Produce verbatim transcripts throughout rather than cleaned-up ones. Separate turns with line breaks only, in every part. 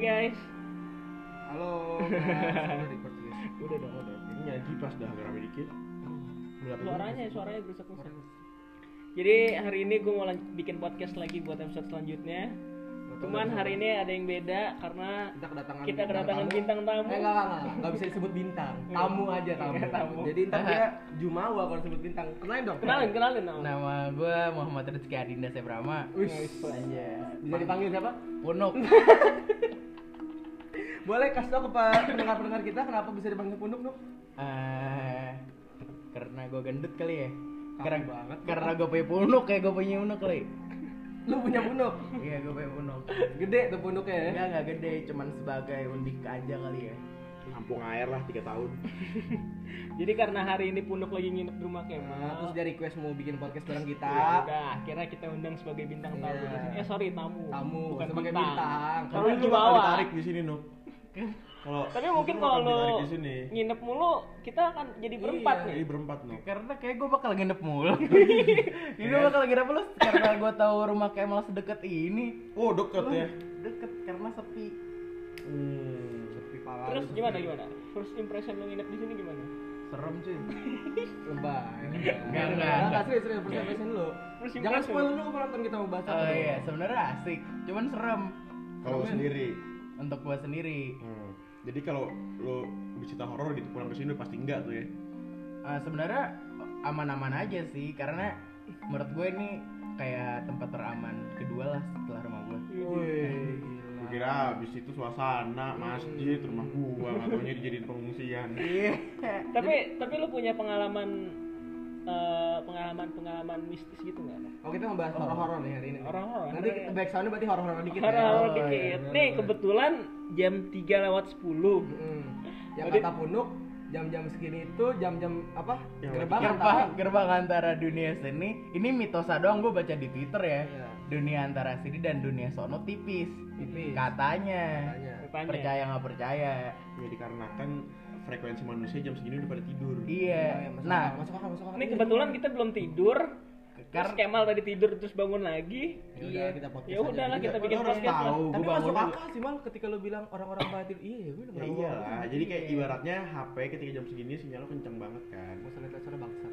guys.
Halo guys, udah record guys.
Udah dong, udah.
Ini nyanyi pas dah agak rame dikit.
Suaranya, suaranya berusak-rusak. Jadi hari ini gue mau lan- bikin podcast lagi buat episode selanjutnya. Cuman hari ini ada yang beda karena
Kita kedatangan
kita kedatangan bintang tamu.
Eh enggak enggak enggak, enggak bisa disebut bintang. Tamu aja tamu.
Iya, tamu.
Jadi ntar dia Jumawa kalau disebut bintang. Kenalin dong.
Kenalin, kenalin nama.
Nama gue Muhammad Rizky Adinda Sebrama.
Wih,
Aja.
bisa dipanggil siapa?
Punuk.
Boleh kasih tau kepada pendengar-pendengar kita kenapa bisa dipanggil Punuk, Nuk?
Eh, karena gue gendut kali ya. Karena
banget.
karena gue punya punuk kayak gue punya punuk kali.
Lu punya Punuk?
Iya gue punya punuk.
Gede tuh Punuknya ya?
Enggak enggak gede, cuman sebagai unik aja kali ya.
Nampung air lah tiga tahun.
Jadi karena hari ini Punuk lagi nginep di rumah
Nah,
Kemal.
terus dia request mau bikin podcast bareng kita.
Ya udah, akhirnya kita undang sebagai bintang tamu
Iya.
di sini. Eh sorry, tamu.
Tamu,
bukan
sebagai
bintang.
bintang.
Kalau
Karena
lu
lu
di
bakal
bawah.
ditarik di sini, Nuk. Kalau
Tapi mungkin
lu
kalau
bakal
lu
ditarik di sini.
nginep mulu, kita akan jadi berempat
Iya,
nih.
Jadi berempat, Nuk.
Karena kayak gue bakal nginep mulu. Ini gue bakal nginep mulu karena gue tahu rumah Kemal sedekat ini.
Oh, deket ya.
Deket karena sepi.
Hmm.
Sepi parah.
Terus gimana gimana? First impression lu nginep di sini gimana?
Serem cuy.
Lebay.
Enggak, enggak.
Enggak serius serius persen lu.
First
Jangan
impression.
spoil dulu penonton kita mau bahas apa.
Oh
dulu.
iya, sebenarnya asik. Cuman serem
Kalau lu sendiri.
untuk gue sendiri.
Hmm. Jadi kalau lu bercerita horor gitu pulang ke sini lu pasti enggak tuh ya.
Uh, sebenarnya aman-aman aja sih karena menurut gue ini kayak tempat teraman kedua lah setelah rumah gue.
Wih,
Gua kira abis itu suasana, masjid, rumah gua, nggak taunya dijadiin pengungsian.
Iya.
Tapi tapi lu punya pengalaman eh, pengalaman-pengalaman mistis gitu nggak?
Oh kita mau bahas horor-horor nih hari ini.
Horor-horor.
Nanti back soundnya berarti horor-horor dikit ya.
Horor
Oh,
dikit.
iya,
Nih
bener.
kebetulan jam tiga lewat sepuluh.
Mm. Yang
Tadi-
kata Punuk jam-jam segini itu jam-jam apa?
Yang
Gerbang
Gerbang,
antara
gerbang antara dunia seni. Ini mitosa doang gue baca di Twitter ya.
Iya.
Dunia antara sini dan dunia sono tipis.
Tipis.
Katanya.
Katanya.
Katanya.
Percaya nggak percaya.
Ya dikarenakan frekuensi manusia jam segini udah pada tidur.
Iya.
Masuk
Nah,
akal, masuk akal, masuk akal.
Ini kebetulan kita belum tidur. Terus
Kar-
Kemal tadi tidur terus bangun lagi.
Iya, kita podcast.
Ya udahlah
aja.
kita
Lu
bikin
harus
podcast.
tahu,
lah.
gua
Tapi
bangun
masuk
dulu.
akal sih Mal ketika lu bilang orang-orang batin. Iya, gue
Ya iyalah, jadi kayak ibaratnya H P ketika jam segini sinyalnya kenceng banget kan.
Mau lihat acara bangsa.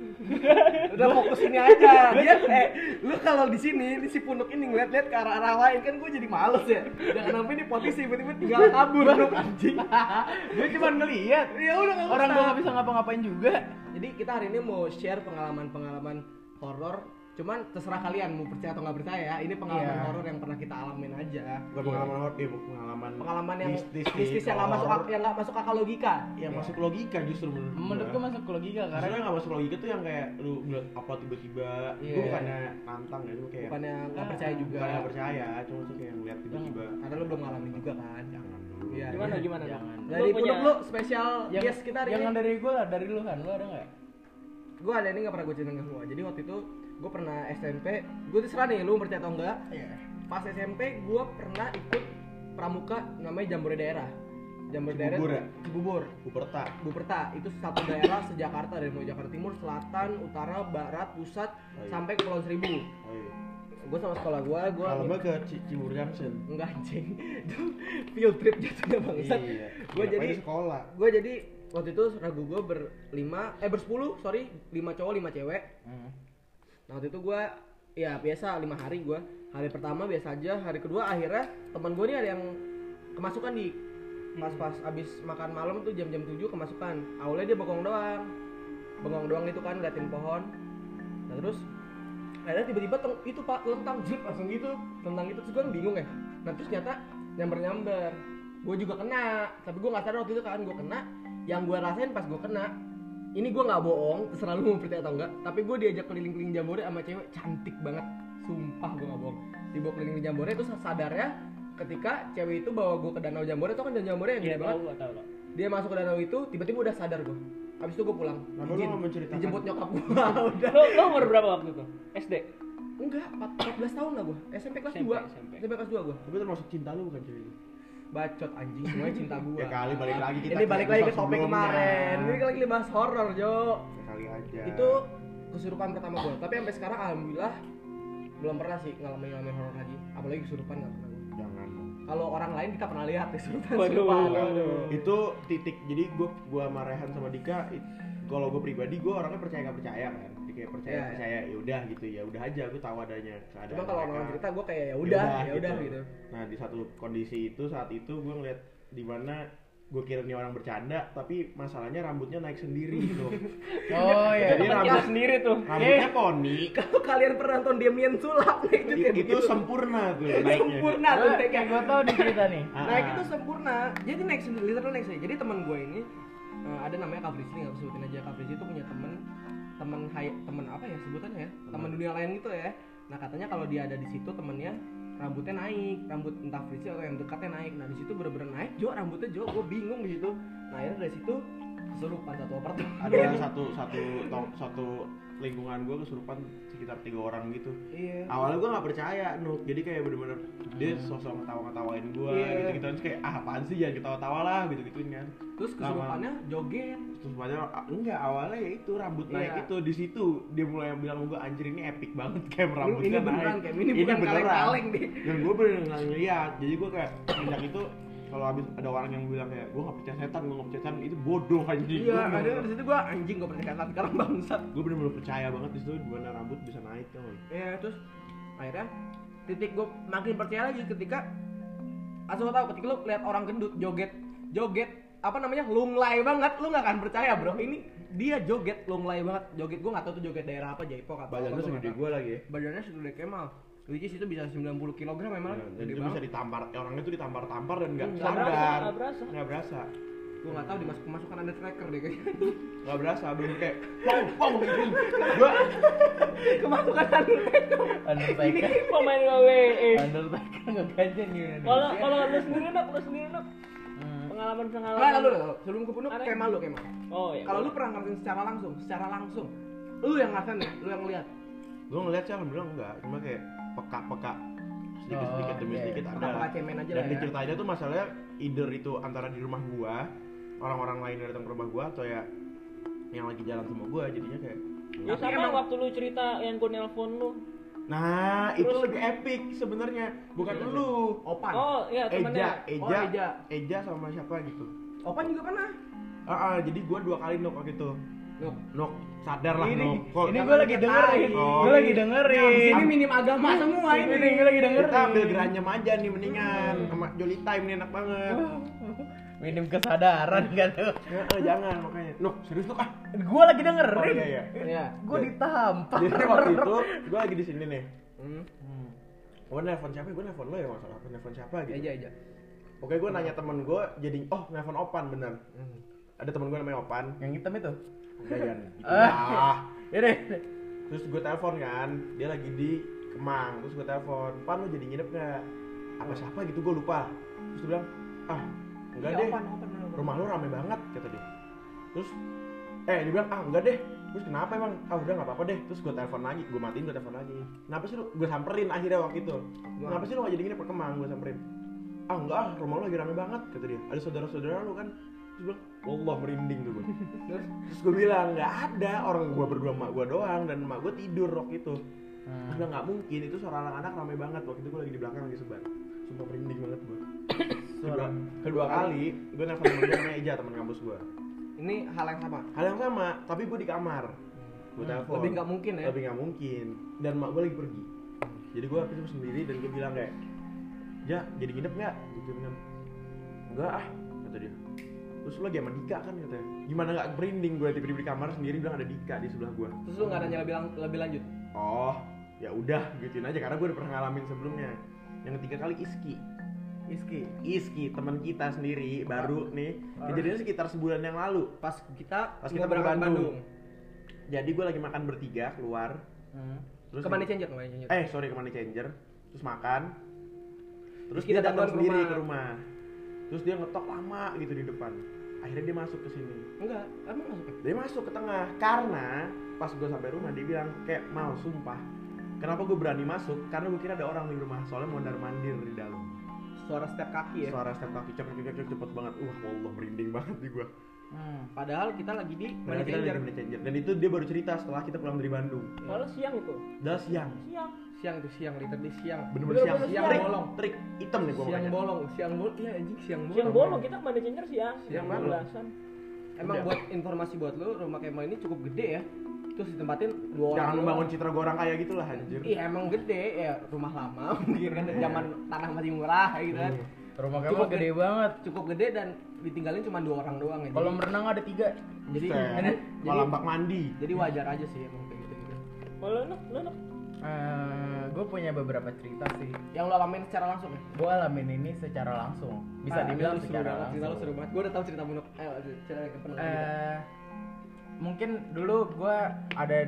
Udah fokus ini aja. Dia eh lu kalau di sini di si Punuk ini ngeliat-liat ke arah-arah lain kan gue jadi males ya. Jangan sampai di posisi tiba-tiba tinggal kabur Punuk anjing.
gue cuma ngeliat.
Ya udah enggak
Orang gue nggak bisa ngapa-ngapain juga.
Jadi kita hari ini mau share pengalaman-pengalaman horor. Cuman terserah kalian mau percaya atau nggak percaya. Ini pengalaman
Iya.
horor yang pernah kita alamin aja.
Bukan pengalaman horor, eh pengalaman
Pengalaman yang
mistis,
mistis yang nggak masuk
horor.
ak- yang nggak masuk akal logika.
yang masuk logika justru menurut gua.
Menurut gue masuk ke logika
Karena
karena
nggak masuk logika tuh yang kayak lu ngeliat apa tiba-tiba,
Iya.
gue bukannya nantang ya, lu kayak
Bukannya nggak percaya juga.
bukan nggak percaya, cuma tuh kayak ngeliat tiba-tiba.
Karena lu belum ngalamin juga kan.
Jangan dulu.
Iya.
Gimana gimana?
Jangan.
Lu
Dari
punya-
Punuk lu spesial
yang,
guest kita hari
jangan
ini.
dari gue lah, dari lu kan, lu ada nggak?
Gue ada ini nggak pernah gue cerita ke semua. Jadi waktu itu gue pernah S M P. Gue terserah nih lu percaya atau enggak.
Iya.
Pas S M P gue pernah ikut pramuka namanya Jambore Daerah. Jambore Daerah
Cibubur ya?
Cibubur.
Buperta.
Buperta itu satu daerah se-Jakarta dari mulai Jakarta Timur, Selatan, Utara, Barat, Pusat
Oh, iya.
sampai ke Pulau Seribu.
Oh iya.
Gue sama sekolah gue, gue
Kalau mbak ke C- Cibubur Junction.
enggak anjing. Itu field trip jatuhnya bangsat.
Iya.
Gue
Ngapain
jadi
di sekolah.
gue jadi waktu itu ragu gue berlima eh bersepuluh sorry lima cowok lima cewek.
Hmm.
Nah waktu itu gue ya biasa lima hari gue. Hari pertama biasa aja, hari kedua akhirnya teman gue nih ada yang kemasukan di pas-pas abis makan malam tuh jam-jam tujuh kemasukan. Awalnya dia bengong doang, bengong doang itu kan ngeliatin pohon. Nah terus akhirnya tiba-tiba teng- itu pak lentang jip langsung gitu, tentang gitu terus gue kan bingung ya. Nah terus nyata nyamber-nyamber, gue juga kena, tapi gue nggak sadar waktu itu kan gue kena. Yang gue rasain pas gue kena, ini gue nggak bohong, terserah lu mau percaya atau enggak. Tapi gue diajak keliling-keliling Jambore sama cewek cantik banget, sumpah gue nggak bohong. Dibawa keliling Jambore terus sadarnya ketika cewek itu bawa gue ke danau Jambore, itu kan danau Jambore yang
Iya
gede
tahu
banget.
gua tahu lah.
Dia masuk ke danau itu, tiba-tiba udah sadar gue. Abis itu gue pulang.
Kenapa lu
Izin,
nggak menceritakan?
dijemput nyokap gue. udah.
Lu lu umur berapa waktu itu? S D.
Enggak, empat belas tahun lah gue. S M P kelas
S M P,
dua.
S M P.
S M P kelas dua gue.
Tapi termasuk cinta lu bukan cewek itu?
Bacot anjing, semuanya cinta gue.
Ya kali balik lagi kita
Ini
ke
balik lagi ke
episode
topik
sebelumnya.
kemarin. Ini lagi bahas horor, Jo.
Ya kali aja.
Itu kesurupan pertama gue. Tapi sampai sekarang alhamdulillah belum pernah sih ngalamin ngalamin horor lagi. Apalagi kesurupan nggak pernah gue.
Jangan.
kalau orang lain kita pernah lihat di Sultan.
Waduh.
Sumpah.
Waduh.
Itu titik. Jadi gue gua sama Rehan sama Dika it- kalau gue pribadi gue orangnya percaya nggak percaya kan. Jadi kayak percaya
Iya, iya.
percaya ya udah gitu ya udah aja gue tahu adanya keadaan.
Cuma kalau
mereka.
orang cerita gue kayak ya udah, ya udah
gitu.
gitu.
Nah di satu kondisi itu saat itu gue ngeliat di mana gue kira nih orang bercanda tapi masalahnya rambutnya naik sendiri gitu.
Oh iya.
Jadi
Teman
rambut-
kita sendiri tuh.
Rambutnya poni.
Kalau kalian pernah nonton Damien Sulap, nah itu kayak
itu
begitu.
sempurna tuh naiknya.
Sempurna tuh
Gue
kayak
kayak gue tau nih cerita nih.
Ah,
naik
ah.
itu sempurna. Jadi naik sendiri, literal naik sendiri. Jadi teman gue ini eh, ada namanya Kak Frisli, nggak usah sebutin aja. Kak Frisli itu punya temen temen hai temen apa ya sebutannya ya, temen dunia lain gitu ya. Nah katanya kalau dia ada di situ temennya rambutnya naik, rambut entah Frisli atau yang dekatnya naik. Nah di situ bener-bener naik, Jo rambutnya Jo, gue bingung di situ. Nah akhirnya dari situ kesurupan satu apartemen.
Ada satu satu tong- satu lingkungan gue kesurupan sekitar tiga orang gitu.
Iya.
Awalnya gue nggak percaya Nuk, jadi kayak bener-bener dia sosok ngetawa-ngetawain gue
Iya.
gitu gitu terus kayak ah apaan sih jangan ketawa-tawa lah gitu gituin kan.
Terus kesurupannya joget.
Terus banyak enggak awalnya ya itu rambut naik
Iya.
itu di situ dia mulai bilang gue anjir ini epic banget kayak
Ini,
rambutnya
ini beneran
naik.
kayak ini bukan kaleng-kaleng deh.
Dan gue bener nggak ngeliat, jadi gue kayak sejak itu kalau habis ada orang yang bilang kayak gue nggak percaya setan, gue nggak percaya setan itu bodoh anjing.
Iya, ada di situ gua anjing gua percaya setan sekarang bangsat.
Gue bener-bener percaya banget di situ di mana rambut bisa naik kan.
Iya, terus akhirnya titik gua makin percaya lagi ketika asal lo tahu ketika lu lihat orang gendut joget, joget apa namanya lunglai banget, lu nggak akan percaya bro. Ini dia joget lunglai banget, joget gua nggak tahu tuh joget daerah apa, Jaipok apa.
Badannya
apa, gua
segede
nggak tahu.
gue lagi ya.
Badannya segede Kemal. Which is itu bisa sembilan puluh kilogram memang
Ya, dan
gede
itu
banget.
bisa ditampar, orangnya tuh ditampar-tampar dan nggak
Nggak
sadar,
berasa, nggak berasa.
nggak berasa,
Gua nggak tahu dimasuk kemasukan ada tracker deh kayaknya.
nggak berasa, belum kayak pong pong gitu. Gua
Kemasukan ada tracker.
Undertaker.
Pemain W W E.
Undertaker nggak gajian di Indonesia.
Kalau kalau lu sendiri nak, lu sendiri nak.
Hmm.
Pengalaman
Nah,
pengalaman.
lalu lalu sebelum ke penuh
Aneh.
Kemal lu Kemal.
Oh iya.
Kalau lu pernah ngerasain secara langsung, secara langsung, lu yang ngerasain nih, lu yang lihat.
gua ngeliat sih alhamdulillah enggak, cuma kayak peka-peka sedikit-sedikit
Oh,
demi
iya.
sedikit ada.
Peka-peka cemen aja
Dan
lah ya.
diceritainnya tuh masalahnya either itu antara di rumah gua, orang-orang lain yang datang ke rumah gua atau ya yang lagi jalan sama gua, jadinya kayak
Ya
Tapi
sama
emang-
waktu lu cerita yang gua nelpon lu.
nah itu
Terus-
lebih epic sebenarnya, bukan lu.
Opan.
Oh iya
Eja,
temennya.
Eja,
Oh, Eja.
Eja sama siapa gitu.
Opan juga pernah.
Ah, ah, jadi gua dua kali nok waktu itu.
Loh,
Nok, sadar lah
Ini,
nok. Kok-
ini
jangan
gue lagi
dikit
dengerin,
tai.
gue lagi dengerin.
Nah, di sini minim agama semua ini.
Ini gue lagi dengerin.
Kita ambil geranyam aja nih mendingan sama Jolly Time nih enak banget.
Minim kesadaran kan.
Ya, eh, jangan makanya. Nok, serius Nok ah.
Gue lagi dengerin.
Oh iya iya.
Iya.
Gue ditampar.
Jadi waktu itu gua lagi di sini nih.
Hmm.
Gua nelpon siapa? Gua nelpon lo ya masalah apa? Nelpon siapa gitu.
Eja Eja.
Oke, gua nanya temen gua jadi oh nelpon Opan bener.
Hmm.
Ada temen gua namanya Opan.
Yang hitam itu.
Udah Yan. Gitu
Ah.
lah.
Ya deh.
Terus gue telepon kan, dia lagi di Kemang. Terus gue telepon, Pan lu jadi nginep nggak? Apa siapa gitu gue lupa. Terus dia bilang, ah enggak
Iya,
deh.
Opan, Opan, Opan.
Rumah lu rame banget kata dia. Terus eh dia bilang ah enggak deh. Terus kenapa emang? Ah udah nggak apa-apa deh. Terus gue telepon lagi, gue matiin gue telepon lagi. Kenapa sih lu? Gue samperin akhirnya waktu itu. Kenapa sih lu nggak jadi nginep ke Kemang? Gue samperin. Ah enggak, ah, rumah lu lagi rame banget kata dia. Ada saudara-saudara lu kan. Terus gue bilang, Allah merinding tuh gue.
Terus
Terus gue bilang nggak ada, orang gue berdua emak gue doang dan emak gue tidur waktu itu. Terus bilang nggak mungkin, itu suara anak-anak ramai banget. Waktu itu gue lagi di belakang lagi sebar. Sumpah merinding banget gue. Kedua, kedua kali gue nelfon temen gue namanya Eja, teman kampus gue.
ini hal yang sama.
Hal yang sama, tapi gue di kamar. Gue
Hmm,
telepon.
Lebih nggak mungkin ya.
Lebih nggak mungkin. Dan emak gue lagi pergi. Jadi gue waktu itu sendiri dan gue bilang kayak, Ja, jadi nginep nggak? Gitu bilang, enggak ah, kata dia. Terus lu lagi sama Dika kan katanya. Gimana nggak merinding gue tiba-tiba di kamar sendiri bilang ada Dika di sebelah gue.
Terus lu nggak nanya lebih, lang- lebih lanjut.
Oh, ya udah gituin aja karena gue udah pernah ngalamin sebelumnya. Yang ketiga kali Iski.
Iski.
Iski teman kita sendiri baru nih. Kejadiannya sekitar sebulan yang lalu.
Pas kita
Pas kita
mau berangkat
ke
ke
Bandung. Jadi gue lagi makan bertiga keluar.
Hmm.
Terus
Ke Money Changer, ke Money Changer.
Eh sorry ke Money Changer. Terus makan. Terus
Kita
dia datang
datang ke
sendiri
rumah.
ke rumah. Terus dia ngetok lama gitu di depan. Akhirnya dia masuk ke sini.
Enggak, emang masuk ya?
Dia masuk ke tengah karena pas gue sampai rumah dia bilang kayak mau sumpah. Kenapa gue berani masuk? Karena gue kira ada orang di rumah soalnya mondar mandir di dalam.
Suara step kaki ya.
Suara step kaki cepet cepet cepet cepet banget. Wah wallah merinding banget di gue.
Hmm.
Padahal kita lagi di Money
Padahal kita
Changer.
lagi di Money Changer. Dan itu dia baru cerita setelah kita pulang dari Bandung.
Malah siang itu.
Udah siang.
Siang.
Siang itu siang, literally siang.
Bener-bener siang,
siang
trik,
bolong.
trik hitam nih gua
Siang
makanya.
bolong, siang bolong. Iya anjing siang bolong.
Siang bolong kita kemana cinger siang.
Siang
Jam
bolong.
belasan.
Emang buat informasi buat lu, rumah Kemal ini cukup gede ya. Terus ditempatin dua orang.
Jangan
doang.
membangun citra gua orang kaya gitu lah anjir.
Iya emang gede ya, rumah lama mungkin kan zaman tanah masih murah gitu kan.
Rumah
Cukup
kamu gede banget.
Cukup gede dan ditinggalin cuma dua orang doang ya.
Kolam
Jadi-
renang ada tiga.
jadi
Set.
jadi,
Kolam bak mandi.
jadi wajar aja sih emang kayak gitu gitu.
Kalau lu lu lu
Eh, gue punya beberapa cerita sih.
Yang lo alamin secara langsung ya?
Gue alamin ini secara langsung. Bisa
Ah,
dibilang
itu seru
secara
banget, cerita lo
langsung.
seru banget. Gue udah tahu cerita Munuk. Ayo cerita yang pernah kita.
Eh, mungkin dulu gue ada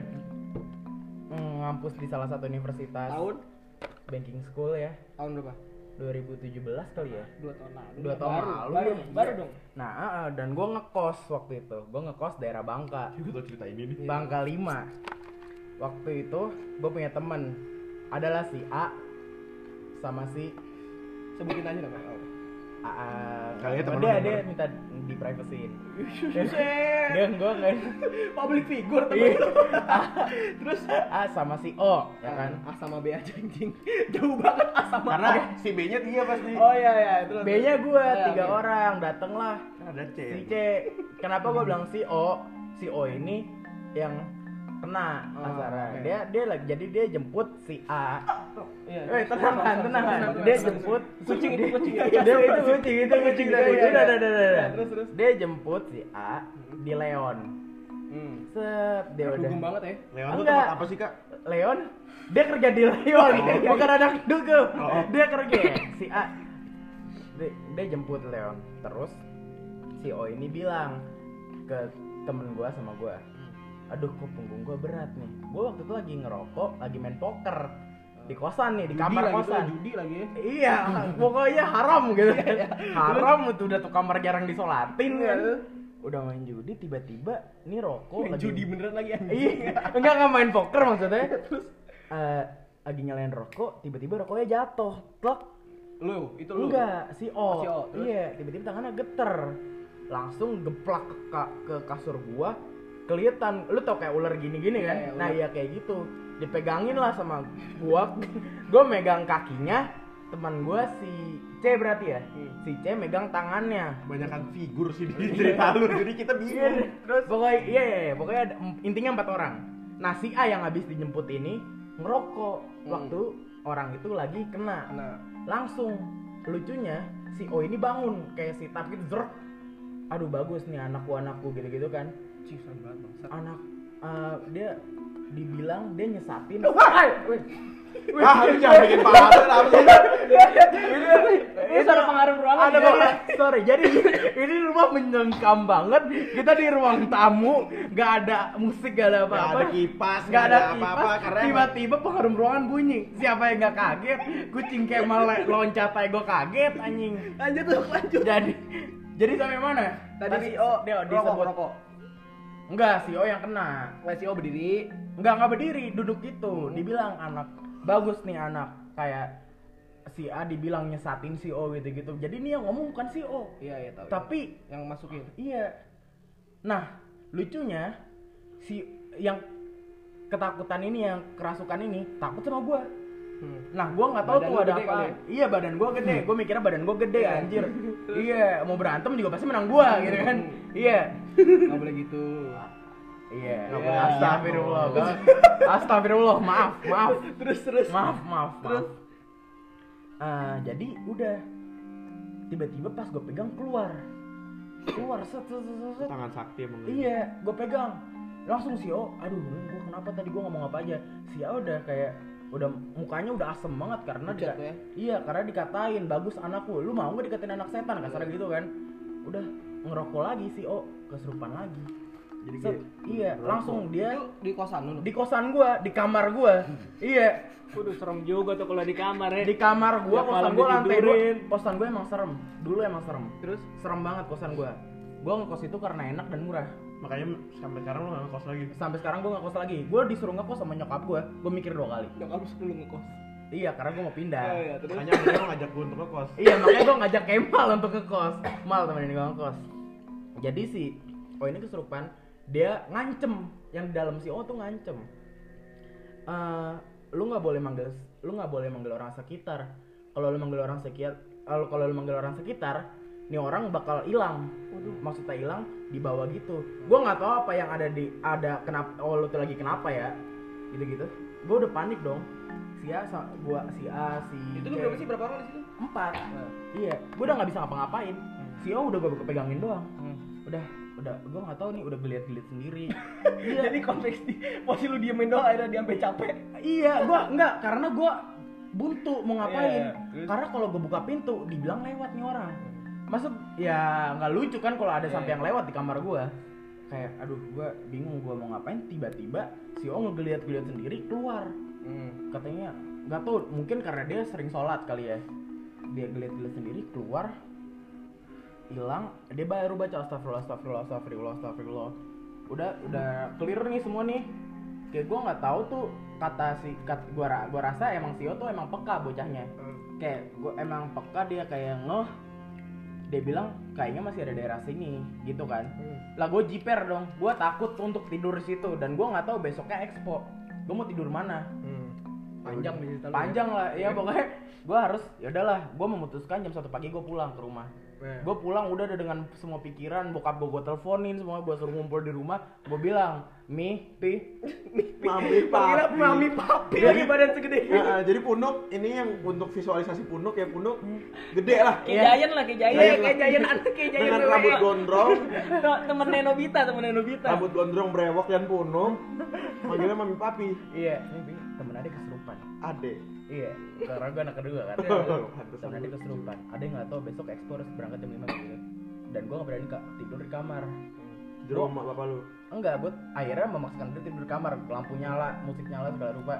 mm, ngampus di salah satu universitas
Tahun
banking school ya,
tahun berapa?
dua ribu tujuh belas kali ya.
dua tahun lalu.
Dua tahun
baru,
lalu
Baru,
ya.
dong, baru dong.
Nah, ah, ah, dan gue ngekos waktu itu. Gue ngekos daerah Bangka,
Gue tau cerita ini nih.
Bangka lima. Waktu itu gue punya temen, adalah si A sama si
Sebutin aja nama. Oh.
A. A-
Kalian temen
dia
lu
dia
bener.
minta di privacyin.
Buset.
Dia gue nggak.
Public figure temen
Iya.
lu. Terus
A sama si O, ya kan?
A sama B aja anjing. Jauh banget A sama
Karena
A.
si B-nya tiga pasti.
Oh iya iya, terus.
B-nya gue
Iya,
tiga
oke.
orang, datenglah
Ada C.
si C. Kenapa gue bilang si O? Si O ini yang kena
Oh,
Asara.
oke.
Dia dia lagi jadi dia jemput si A.
Iya.
Eh tenang kan, tenang kan. Dia jemput
Kucing itu kucing.
Dia itu kucing, itu kucing tadi.
Iya, iya,
Udah,
iya.
udah, udah,
Iya,
udah.
terus, terus.
Dia jemput si A di Leon.
Hmm.
Set, dia udah.
Dugem banget ya.
Leon tuh
Enggak.
tempat apa sih kak?
Leon, dia kerja di Leon, bukan anak dugem.
Oh.
Dia kerja si A. Dia, dia jemput Leon. Terus si O ini bilang ke temen gua sama gua, aduh kok punggung gua berat nih. Gua waktu itu lagi ngerokok, lagi main poker di kosan nih, di
Judi
kamar
lagi tuh,
kosan.
judi lagi ya.
Iya, pokoknya haram gitu. Haram itu udah tuh kamar jarang disolatin
Iya.
kan. Udah main judi tiba-tiba nih rokok
Main
lagi
judi beneran lagi anjing.
Iya, enggak enggak main poker maksudnya. Terus eh, lagi nyalain rokok, tiba-tiba rokoknya jatuh. Tlok.
Lu, itu lu.
Enggak, si O.
Si O, terus?
Iya, tiba-tiba tangannya geter. Langsung geplak ke, ka- ke kasur gua. Kelihatan, lu tau kayak ular gini-gini kan?
Iya, iya,
Nah,
ular.
iya kayak gitu. Dipegangin lah sama gua. Gua megang kakinya, teman gua si C berarti ya.
Hmm.
Si C megang tangannya.
Kebanyakan figur sih di cerita lu, jadi kita
Iya,
bingung.
terus pokoknya iya, iya, iya, pokoknya ada, intinya empat orang. Nah si A yang habis dijemput ini ngerokok
Hmm.
waktu orang itu lagi kena.
Nah,
Langsung lucunya si O ini bangun kayak si tap gitu zrek. Aduh bagus nih anakku anakku gitu-gitu kan.
cih serem banget bangsat.
Anak eh, dia dibilang dia nyesatin.
Ah, lu jangan bikin parah apa sih?
Ini suara pengaruh ruangan.
Ada
ya?
banget. Sorry, jadi ini rumah menyengkam banget. Kita di ruang tamu, gak ada musik, gak ada
Nggak
apa-apa.
ada kipas,
Gak ada
apa-apa
kipas.
karena
Tiba-tiba pengharum ruangan bunyi. Siapa yang gak kaget? Kucing Kemal le- loncat aja gue kaget anjing.
Lanjut tuh, lanjut.
Jadi jadi sampai mana?
Tadi si O
dia
rokok,
disebut
rokok.
enggak, si O yang kena.
Lah si O berdiri.
Enggak, enggak berdiri, duduk gitu. Dibilang anak bagus nih anak. Kayak si A dibilang nyesatin si O gitu-gitu. Jadi ini yang ngomong bukan si O.
Iya, iya tahu.
Tapi
yang masukin.
iya. Nah, lucunya si yang ketakutan ini, yang kerasukan ini takut sama gua.
Hmm.
Nah, gua nggak tahu
Badan
tuh
lu
ada
gede
apa.
kali ya?
Iya, badan gua gede. Gua mikirnya badan gua gede
Iya.
anjir. Iya, mau berantem juga pasti menang gua gitu kan. Iya.
Nggak boleh gitu.
Iya.
Nggak boleh
Astagfirullah.
gitu.
Astagfirullah, maaf, maaf.
Terus terus.
Maaf, maaf,
Terus?
maaf. Ah, jadi udah. Tiba-tiba pas gue pegang keluar. Keluar set set set, set.
Tangan sakti emang.
Iya, gue pegang. Langsung si O, aduh, gue kenapa tadi gue ngomong apa aja. Si O udah kayak udah mukanya udah asem banget karena
Pucat
dika-
ya?
iya karena dikatain bagus anakku, lu mau nggak dikatain anak setan kasar gitu kan. Udah ngerokok lagi si O, kesurupan lagi.
Jadi
Set,
kayak
iya
ngerokok.
langsung dia
Itu di kosan lu.
di kosan gua, di kamar gua. Iya,
Waduh serem juga tuh kalau di kamar ya.
di kamar gua,
Tiap
kosan
malam
gua lantai dua.
ditidurin.
Kosan gua emang serem. Dulu emang serem.
Terus
Serem banget kosan gua. Gua ngekos itu karena enak dan murah.
makanya sampai sekarang lu nggak ngekos lagi.
Sampai sekarang gua ngekos lagi. Gua disuruh ngekos sama nyokap gua. Gua mikir dua kali.
nyokap lu dulu ngekos.
Iya, karena gua mau pindah.
Oh iya, terus.
Makanya dia ngajak gue untuk ngekos.
Iya, makanya gua ngajak Kemal untuk ngekos. Mal temenin gua ngekos. Jadi si O ini kesurupan, dia ngancem. Yang di dalam si O tuh ngancem. Eh, lu nggak boleh manggil lu nggak boleh manggil orang sekitar. Kalau lu manggil orang sekitar, kalau kalau lu manggil orang sekitar, nih orang bakal hilang. Maksudnya hilang dibawa gitu. Gua nggak tahu apa yang ada di ada kenapa oh lu tuh lagi kenapa ya gitu-gitu. Gua udah panik dong. Si A, sa- gua si A, si
Itu lu
C.
berapa sih berapa orang di situ?
Empat. Iya, gua udah nggak bisa ngapa-ngapain. Si O udah gua pegangin doang. Udah, udah, gua nggak tahu nih, udah geliat-geliat sendiri. Iya.
Jadi konteks di posisi lu diemin doang akhirnya dia sampai capek.
Iya, gua enggak karena gua buntu mau ngapain.
Iya, terus?
Karena kalau gua buka pintu dibilang lewat nih orang. Masuk ya nggak lucu kan kalau ada
Iya,
sampai
iya.
yang lewat di kamar gua. Kayak aduh gua bingung gua mau ngapain, tiba-tiba si O ngegeliat-geliat sendiri keluar.
Hmm.
Katanya nggak tahu, mungkin karena dia sering sholat kali ya. Dia geliat-geliat sendiri keluar, hilang. Dia baru baca astagfirullah astagfirullah astagfirullah astagfirullah. Udah udah clear nih semua nih. Kayak gua nggak tahu tuh kata si kat, gua ra- gua rasa emang si O tuh emang peka bocahnya. Kayak gua emang peka, dia kayak ngeh. Dia bilang kayaknya masih ada daerah sini gitu kan. Lah gue jiper dong. Gua takut untuk tidur di situ dan gua nggak tahu besoknya expo. Gua mau tidur mana?
Hmm. Panjang nih cerita lu.
Panjang lah, ya pokoknya gue harus, ya udahlah, gue memutuskan jam satu pagi gue pulang ke rumah.
Ya.
Gue pulang udah ada dengan semua pikiran, bokap gue gue teleponin semua, gue suruh ngumpul di rumah, gue bilang, Mi, Pi,
Mami
Panggilnya
papi.
mami papi lagi badan segede
Ya, ah, jadi punuk ini yang untuk visualisasi punuk ya punuk gede lah.
kayak Giant lah, kayak Giant.
Iya,
Kayak Giant anak kayak Giant.
Dengan
W W E.
rambut gondrong,
Temen Nenobita, temen Nenobita.
rambut gondrong brewok dan punuk. Manggilnya mami papi.
iya, ini Pi, temen adik kesurupan.
Ade.
Iya, karena gue anak kedua kan.
Pantesan.
Temen adik kesurupan. Ada yang nggak tahu besok ekspor harus berangkat jam lima gitu. Dan gue nggak berani kak tidur di kamar.
Di rumah bapak lu.
Enggak, gue akhirnya memaksakan diri tidur di kamar, lampu nyala, musik nyala segala rupa.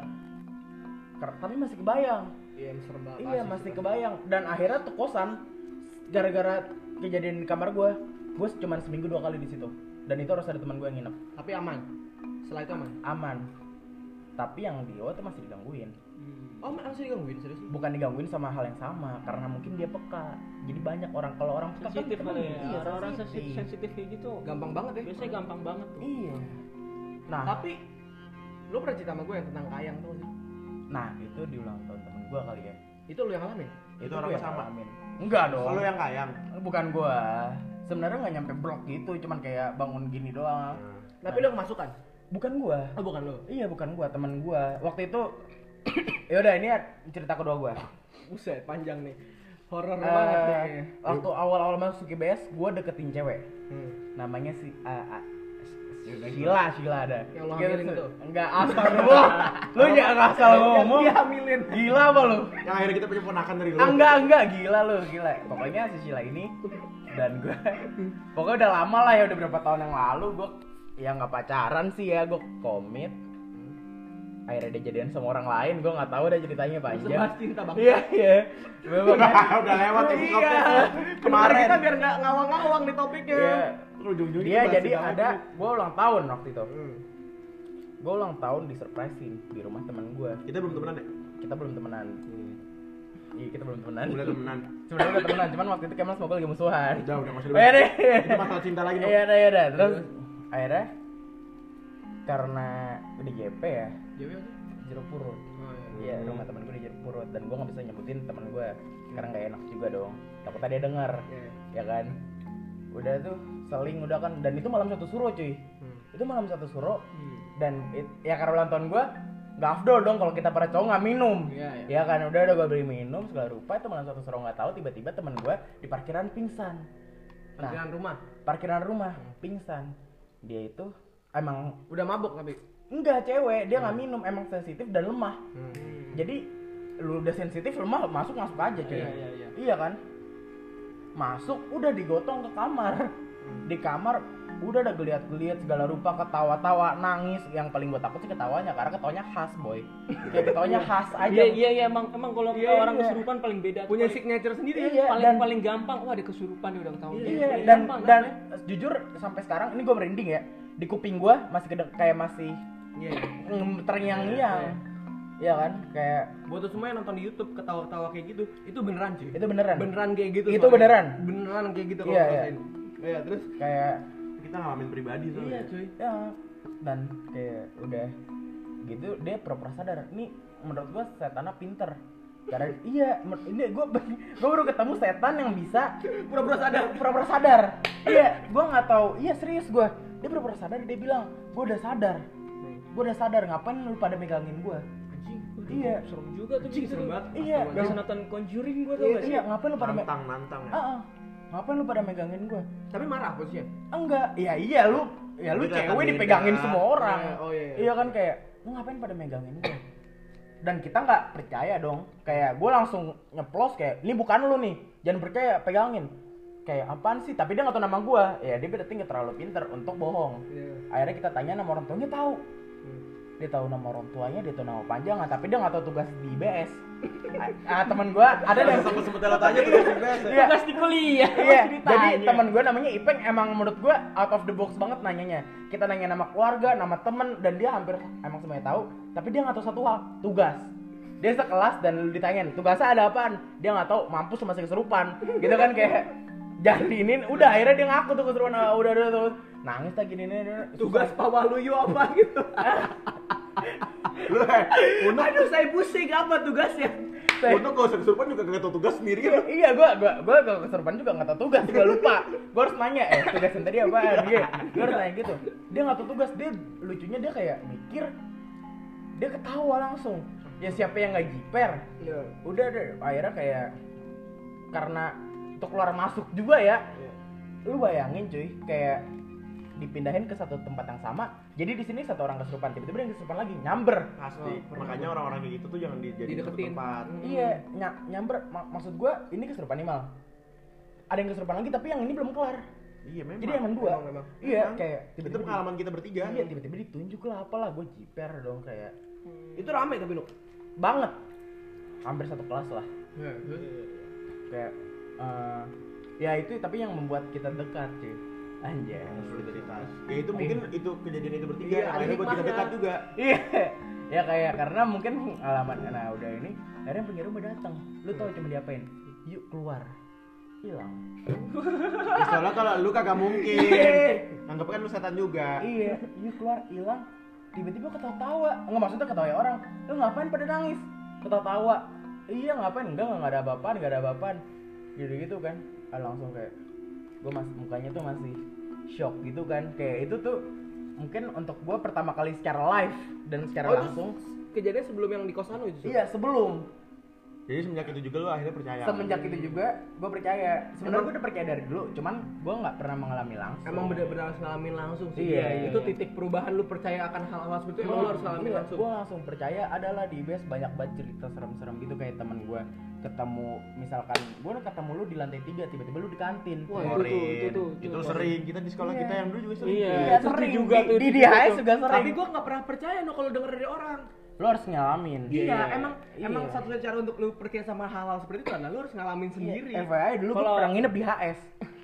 Ker- Tapi masih kebayang.
Iya, serem banget.
Iya masih kebayang. Dan akhirnya tuh kosan gara-gara kejadian di kamar gue, gue cuma seminggu dua kali di situ. Dan itu harus ada teman gue yang nginep.
Tapi aman. Setelah itu aman.
Aman. Tapi yang di O tuh masih digangguin.
Oh, masih digangguin serius?
Bukan digangguin sama hal yang sama, karena mungkin dia peka. Jadi banyak orang, kalau orang peka kan
Sensitif
temen-
kali ya.
Iya,
Orang-orang
sensitif.
sensitif, sensitif kayak gitu.
Gampang banget ya.
Biasanya gampang banget tuh.
Iya. Nah,
Tapi lu pernah cerita sama gue yang tentang kayang tuh sih?
nah itu di ulang tahun temen gue kali ya.
Itu lu yang ngalamin?
Itu
gue
orangnya
yang
sama.
ngalamin. Enggak dong.
Kalau yang kayang.
Bukan gua. Sebenarnya nggak nyampe blok gitu, cuman kayak bangun gini doang.
Tapi lu kemasukan?
Bukan gua.
Oh, bukan lu.
Iya, bukan gua, teman gua. Waktu itu ya udah ini cerita kedua gua.
Buset, panjang nih. Horor
Eh,
banget nih.
waktu awal-awal masuk I B S, gua deketin cewek.
Hmm.
Namanya si uh, uh, Sheila, Sheila ada.
Yang lo
Gitu,
hamilin
se-
itu?
Enggak, astagfirullah. Lu jangan asal ngomong.
Dia hamilin.
Gila apa lu?
Yang akhirnya kita punya ponakan dari lu.
Ah, enggak, enggak, gila lu, gila. Pokoknya si Sheila ini dan gue pokoknya udah lama lah ya, udah berapa tahun yang lalu gue ya nggak pacaran sih ya, gue komit. Akhirnya dia jadian sama orang lain, gue nggak tahu udah ceritanya panjang.
Sebahas cinta bang.
Iya, iya. Memang-
Udah lewat episode
Iya.
Kemarin
kemarin.
kita biar nggak ngawang-ngawang di topiknya.
Iya.
Ujung-ujungnya
Dia
bahas
jadi
cinta
ada,
lagi.
gue ulang tahun waktu itu.
Hmm.
Gue ulang tahun di surprisein di rumah teman gue.
Kita belum temenan ya?
Kita belum temenan. Iya, kita belum temenan.
Udah temenan.
Sebenarnya udah temenan, cuman waktu itu Kemal sama gue lagi musuhan.
Udah, udah masih
Oh, iya deh.
Itu masalah cinta lagi dong.
Iya, iya, iya. Terus akhirnya karena di J P ya,
Jadi apa?
Jeruk Purut.
Oh,
Iya, rumah temen gue di Jeruk Purut dan gue nggak bisa nyebutin temen gue karena nggak enak juga dong. Takutnya dia denger,
Iya.
ya kan? Udah tuh seling udah kan, dan itu malam satu suro cuy.
Hmm.
Itu malam satu suro
Hmm.
dan it- ya karena ulang tahun gue nggak afdol dong kalau kita para cowok nggak minum.
Iya, iya.
Ya kan, udah udah gue beli minum segala rupa, itu malam satu suro nggak tahu tiba-tiba temen gue di parkiran pingsan. Nah,
Parkiran rumah.
parkiran rumah pingsan. Dia itu emang
Udah mabuk tapi.
enggak cewek, dia nggak minum, emang sensitif dan lemah.
Hmm.
Jadi lu udah sensitif lemah masuk masuk aja cuy.
Iya, iya, iya.
Iya kan? Masuk udah digotong ke kamar. Di kamar udah ada geliat-geliat segala rupa, ketawa-tawa, nangis. Yang paling gue takut sih ketawanya karena ketawanya khas, boy. Kayak ketawanya khas aja.
Iya iya iya emang emang kalau
Iya,
orang
iya.
kesurupan paling beda.
Punya
paling,
signature sendiri
Iya,
ya.
paling
dan-
paling gampang. Wah, ada kesurupan nih udah ketahuan.
Iya,
Paling
dan
gampang,
dan
apa ya?
jujur sampai sekarang ini gue merinding ya. Di kuping gue masih kedek, kayak masih
Iya.
mm, terngiang-ngiang. Iya kan? Kayak
Buat tuh semua yang nonton di YouTube ketawa-ketawa kayak gitu, itu beneran cuy.
itu beneran.
Beneran kayak gitu.
Itu
soalnya.
beneran?
Beneran kayak gitu kalau
Iya, iya.
ngerasain. Iya, terus
Kayak
Kita ngalamin pribadi soalnya.
iya cuy.
ya dan kayak udah gitu dia pura-pura sadar nih menurut gua setannya pinter. Karena iya, men- ini gua gua baru ketemu setan yang bisa
Pura-pura sadar.
pura-pura sadar. Iya, gua nggak tahu. Iya serius gua. Dia pura-pura sadar, dia bilang, "Gua udah sadar. Gua udah sadar, ngapain lu pada megangin gua?"
Anjing.
Iya.
Serem juga tuh
Anjing
gitu.
serem banget.
Iya,
Biasa nonton Conjuring gua tuh
Iya,
gak sih?
iya, ngapain lu pada me-
Nantang, nantang ya.
Ah, ah. Ngapain lu pada megangin gua?
Tapi marah posisinya.
Enggak, iya iya lu, ya lu
Beda kan,
cewek
beda.
dipegangin semua orang.
Iya, oh iya, iya.
Iya kan kayak, lu ngapain pada megangin gua? Dan kita nggak percaya dong. Kayak gua langsung nyeplos kayak, ini bukan lu nih, jangan percaya, pegangin. Kayak apaan sih? Tapi dia nggak tahu nama gua. Ya dia berarti nggak terlalu pinter untuk bohong.
Iya.
Akhirnya kita tanya nama orang tuanya, tahu.
Hmm.
Dia tahu nama orang tuanya, dia tahu nama panjangnya, tapi dia nggak tahu tugas di B S. Ah, teman gua ada yang
Sempet-sempet lo tanya tuh dari biasa.
Iya.
Tugas di kuliah.
Iya,
ceritanya.
jadi teman gue namanya Ipeng emang menurut gue out of the box banget nanyanya. Kita nanya nama keluarga, nama temen, dan dia hampir emang semuanya tahu. Tapi dia nggak tahu satu hal, tugas. Dia sekelas dan lu ditanyain, tugasnya ada apaan? Dia nggak tahu, mampus lu masih kesurupan. Gitu kan kayak jangan diinin, udah akhirnya dia ngaku tuh kesurupan. Ah, udah udah tuh nangis lagi ini ini.
Tugas Pak Waluyo apa gitu.
Lu eh,
Untuk aduh saya pusing apa tugasnya.
untuk kalau kesurupan juga nggak tahu tugas sendiri kan.
Iya, gua gua gua kalau kesurupan juga nggak tahu tugas, gua lupa. Gua harus nanya, eh tugas yang tadi apaan? Iya, gua harus nanya gitu. Dia nggak tahu tugas, dia lucunya dia kayak mikir, dia ketawa langsung. Ya siapa yang nggak jiper?
Iya.
Udah deh, akhirnya kayak karena untuk keluar masuk juga ya. Lu bayangin cuy, kayak dipindahin ke satu tempat yang sama. Jadi di sini satu orang kesurupan, tiba-tiba yang kesurupan lagi nyamber.
Pasti.
Oh, pernah
Makanya
gua.
orang-orang kayak gitu tuh jangan dijadiin satu
Dideketin.
tempat.
Hmm.
Iya, ny- nyamber. Mak- maksud gua ini kesurupan nih mal. Ada yang kesurupan lagi tapi yang ini belum kelar.
Iya memang.
Jadi yang kedua.
Memang, memang.
Iya,
Memang.
kayak
Itu
tiba-tiba
pengalaman kita bertiga.
Iya, tiba-tiba ditunjuk lah apalah, gue jiper dong kayak
Itu rame tapi lu.
banget. Hampir satu kelas lah.
Iya.
Kayak eh, ya itu tapi yang membuat kita dekat cuy. Anjay.
Solidaritas. Ya itu mungkin itu kejadian itu bertiga.
Iya,
yang
ada
akhirnya buat kita
hikmahnya.
dekat juga.
Iya. Ya kayak karena mungkin alamat nah udah ini akhirnya punya rumah datang. Lu tau cuma diapain? Yuk keluar. Hilang.
Ya, soalnya kalau lu kagak mungkin. Anggap kan lu setan juga.
Iya, yuk keluar, hilang. Tiba-tiba ketawa-tawa. Enggak maksudnya ketawa orang. Lu ngapain pada nangis? Ketawa-tawa. Iya, ngapain? Enggak, enggak ada apa-apaan, enggak ada apa-apaan. Gitu-gitu kan. Ah, langsung kayak gua masih mukanya tuh masih shock gitu kan. Kayak itu tuh mungkin untuk gua pertama kali secara live dan secara
Oh, itu
langsung.
kejadian sebelum yang di kosan lu itu.
Iya, sebelum.
Jadi semenjak itu juga lu akhirnya percaya.
Semenjak itu juga gua percaya. Sebenarnya gua udah percaya dari dulu, cuman gua nggak pernah mengalami langsung.
Emang benar-benar harus ngalamin langsung sih.
Iya,
Iya, itu
iya.
titik perubahan lu percaya akan hal-hal seperti itu. Emang lu harus ngalamin
Iya,
langsung.
Gue langsung percaya adalah di B S banyak banget cerita serem-serem gitu kayak temen gue ketemu misalkan gue ketemu lu di lantai tiga tiba-tiba lu di kantin.
Wah, itu
Korin.
tuh, itu tuh,
itu,
itu.
sering kita di sekolah
Iya.
kita yang dulu juga sering.
Iya.
Iya,
itu
sering
juga
di,
tuh,
di
itu
D H S
juga
juga sering.
Tapi gua nggak pernah percaya no kalau denger dari orang.
Lu harus ngalamin.
Iya, emang
Iya.
emang satu-satunya cara untuk lu percaya sama hal-hal seperti itu adalah lu harus ngalamin sendiri.
Iya, F Y I dulu gue
Kalau-
pernah nginep di H S.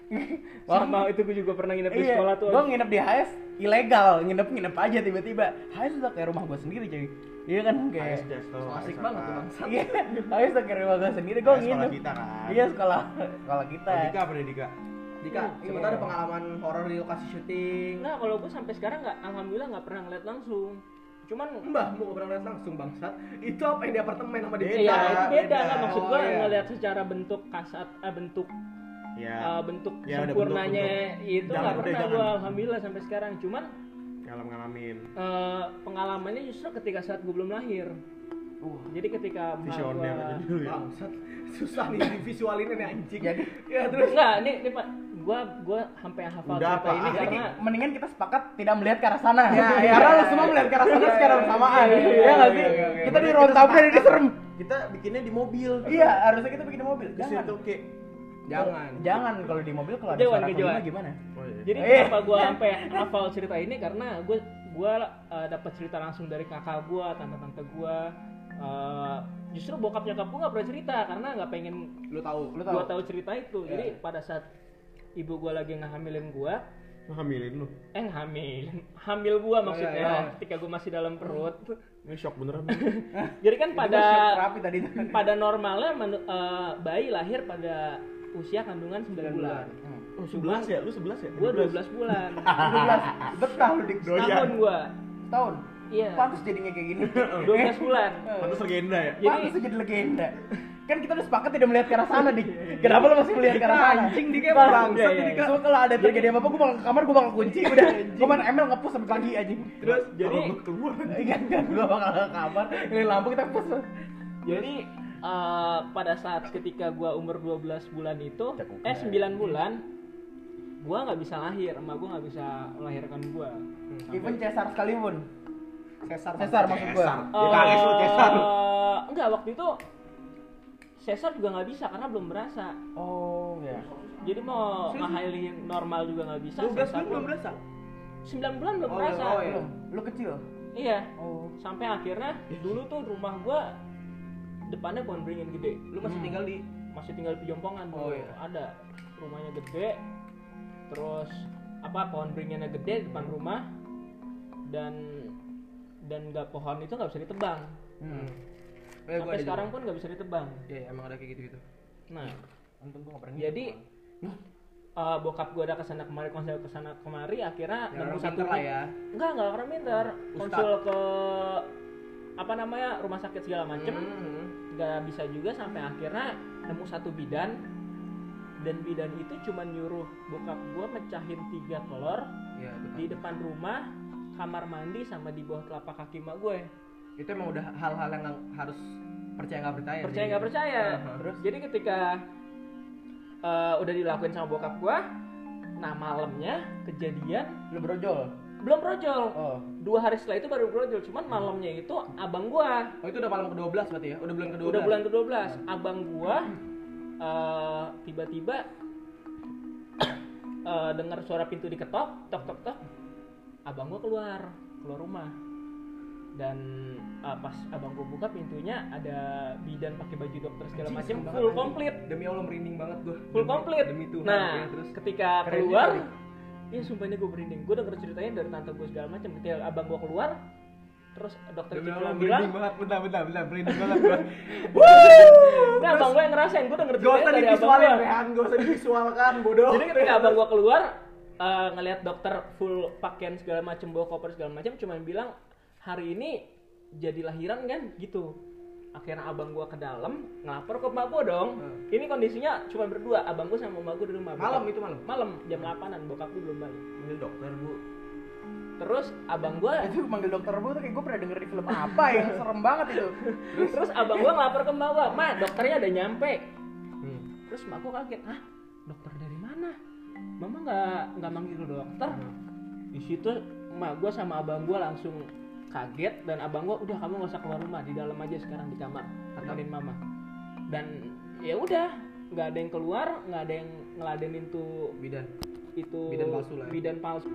Sama itu gue juga pernah nginep di
Iya,
sekolah tuh.
gue nginep di H S ilegal, nginep-nginep aja tiba-tiba. H S udah kayak rumah gue sendiri cuy. Iya kan kayak
Ais Desto,
Asik
Ais
banget
apa.
tuh bangsa.
Iya, H S udah kayak rumah gue sendiri, gue
Nah, sekolah
nginep.
kita kan.
Iya, sekolah sekolah kita.
Oh, Dika apa nih Dika?
Dika, siapa
Iya.
tahu ada pengalaman horor di lokasi syuting.
Nah, kalau gue sampai sekarang nggak, alhamdulillah nggak pernah ngeliat langsung. Cuman
Mbah, mau pernah lihat langsung bangsat. Itu apa yang di apartemen sama di
Beda,
iya itu beda
beda.
kan maksud
Oh,
gue
iya.
ngeliat secara bentuk kasat, eh, bentuk
Ya.
eh, bentuk
Ya, ada
sempurnanya
bentuk-bentuk.
itu
Jangan,
nggak
udah,
pernah
jangan.
gue alhamdulillah sampai sekarang. Cuman
Ngalam ngalamin.
eh, pengalamannya justru ketika saat gue belum lahir. Jadi ketika emak
Visioner
gua-
aja dulu ya.
Bangsat. Susah nih divisualin nih anjing.
Jadi
ya terus
Enggak, ini ini Pak, gua gua sampai hafal
Udah,
cerita
Pak.
ini
Jadi
karena
mendingan kita sepakat tidak melihat ke arah sana.
Ya, ya,
Karena
ya,
lu semua
ya.
melihat ke arah sana secara bersamaan.
Iya, iya,
Iya nggak
iya,
sih?
iya, iya.
Kita di
Kita
Rontabel
sepakat.
jadi serem.
Kita bikinnya di mobil.
Iya, harusnya kita bikin di mobil.
Terus
Jangan.
itu kayak
jangan.
Jangan kalau di mobil kalau ada
Kejauhan,
suara
kejauhan.
kelima gimana?
oh, iya.
jadi
Eh.
kenapa gua sampai hafal cerita ini karena gua gua uh, dapat cerita langsung dari kakak gua, tante-tante gua. Uh, justru bokap nyokap gua nggak pernah cerita karena nggak pengen
Lu tahu.
Lu
gua
tahu?
tahu cerita itu. Jadi pada saat ibu gua lagi ngehamilin gua,
Ngehamilin lu.
eh ngehamilin, hamil gua maksudnya
iya, iya.
ketika gua masih dalam perut.
Ini shock beneran.
Jadi kan
Itu gua
pada
shock terapi tadi.
pada normalnya menu- eh, bayi lahir pada usia kandungan sembilan bulan.
Hmm.
Oh, sebelas ya? Lu sebelas ya?
Gua dua belas bulan.
dua belas. Betah lu dik
Setahun gua.
Tahun.
Iya.
Pantes jadinya kayak gini.
dua belas bulan.
Pantes legenda ya.
Jadi-
Pantes jadi legenda. Kan kita udah sepakat tidak melihat ke arah sana, Dik. Kenapa lu masih melihat ke arah sana?
Anjing, Dik, kayak
Bang,
bangsat
iya,
jadi,
iya.
Kak.
So, kalau ada terjadi apa-apa gua bakal ke kamar, gua bakal kunci udah. Gua main M L nge-push sampai pagi anjing.
Terus jadi
Kalau gua keluar.
Iya kan, gua bakal ke kamar, ini lampu kita push.
jadi eh, pada saat ketika gua umur dua belas bulan itu
Cakep.
eh sembilan bulan gua nggak bisa lahir, emak gua nggak bisa melahirkan gua.
Even Cesar sekalipun.
Sesar.
Cesar maksud gua.
Cesar. Ditaris lu, Cesar.
Eh, enggak, waktu itu sesar juga nggak bisa karena belum berasa.
Oh, ya.
Jadi mau ngehilin normal juga nggak bisa.
dua belas
sesar
bulan belum berasa.
sembilan bulan belum
Oh,
berasa.
oh, iya.
Belum. Lu kecil.
Iya.
Oh.
Sampai akhirnya dulu tuh rumah gua depannya pohon beringin gede.
Lu masih tinggal di
Masih tinggal di Jompongan dulu.
Oh, iya.
Ada rumahnya gede. Terus apa pohon beringinnya gede depan rumah dan dan nggak pohon itu nggak bisa ditebang.
Hmm.
Eh, gua
Sampai
ada
sekarang
juga.
pun nggak bisa ditebang.
Iya, emang ada kayak gitu-gitu.
Nah,
Untung gua enggak pernah.
jadi eh, bokap gue udah kesana kemari konsul kesana kemari akhirnya
Ya,
nemu
orang
satu
pinter lah ya.
enggak enggak orang pinter
Ustad.
konsul ke apa namanya rumah sakit segala macem
Hmm.
nggak bisa juga sampai akhirnya nemu satu bidan dan bidan itu cuma nyuruh bokap gue mecahin tiga telur
Iya, betul.
di depan rumah kamar mandi sama di bawah telapak kaki mak gue.
Itu emang udah hal-hal yang harus percaya nggak percaya.
Percaya
sih.
nggak percaya.
Aha.
Terus jadi ketika eh, udah dilakuin sama bokap gue, nah malamnya kejadian
lu brojol.
belum brojol.
Oh.
Dua hari setelah itu baru brojol. Cuman malamnya itu abang gua
Oh, itu udah malam ke dua belas berarti ya? Udah bulan ke dua belas.
udah bulan kedua belas. Abang gua eh, tiba-tiba eh, dengar suara pintu diketok, tok tok tok. Abang gua keluar, keluar rumah. Dan eh, pas abang gua buka pintunya ada bidan pakai baju dokter segala
Anjing,
macam,
serem banget,
full
anjing.
komplit.
Demi Allah merinding banget gua.
Full
Demi-
komplit.
Demi Tuhan.
Nah,
ya, terus
ketika
Keren
keluar,
juga
iya sumpah ini gue merinding. Gue denger ceritanya dari tante gue segala macam. Ketika abang gue keluar, terus dokter
demi
Cipul
Allah
bilang,
merinding banget. Bentar, bentar, bentar. Merinding banget gua.
nah abang gue yang ngerasain. Gue denger
Gak usah
ceritanya dari abang
divisualin,
gue.
Rehan. Gak usah divisualkan, bodoh.
Jadi ketika abang gue keluar, eh, ngelihat dokter full pakaian segala macam, bawa koper segala macam, cuma bilang hari ini jadi lahiran kan, gitu. Akhirnya abang gua ke dalam ngelapor ke emak gua dong.
Hmm.
Ini kondisinya cuma berdua, abang gua sama emak gua di rumah.
Malam
Bokap-
itu malam?
Malam jam delapanan, bokap gua belum balik.
Ini dokter, Bu.
Terus abang gua
Itu manggil dokter Bu tuh kayak gue pernah denger di film apa yang serem banget itu.
terus, terus abang gua ngelapor ke emak gua, "Ma, dokternya udah nyampe."
Hmm.
Terus emak gua kaget, "Hah? Dokter dari mana? Mama nggak nggak manggil dokter?" Di situ emak gua sama abang gua langsung kaget dan abang gua, "Udah kamu nggak usah keluar rumah, di dalam aja sekarang di kamar, katarin mama." Dan ya udah, nggak ada yang keluar, nggak ada yang ngeladenin tuh
Bidan.
itu
Bidan palsu lah ya.
bidan palsu.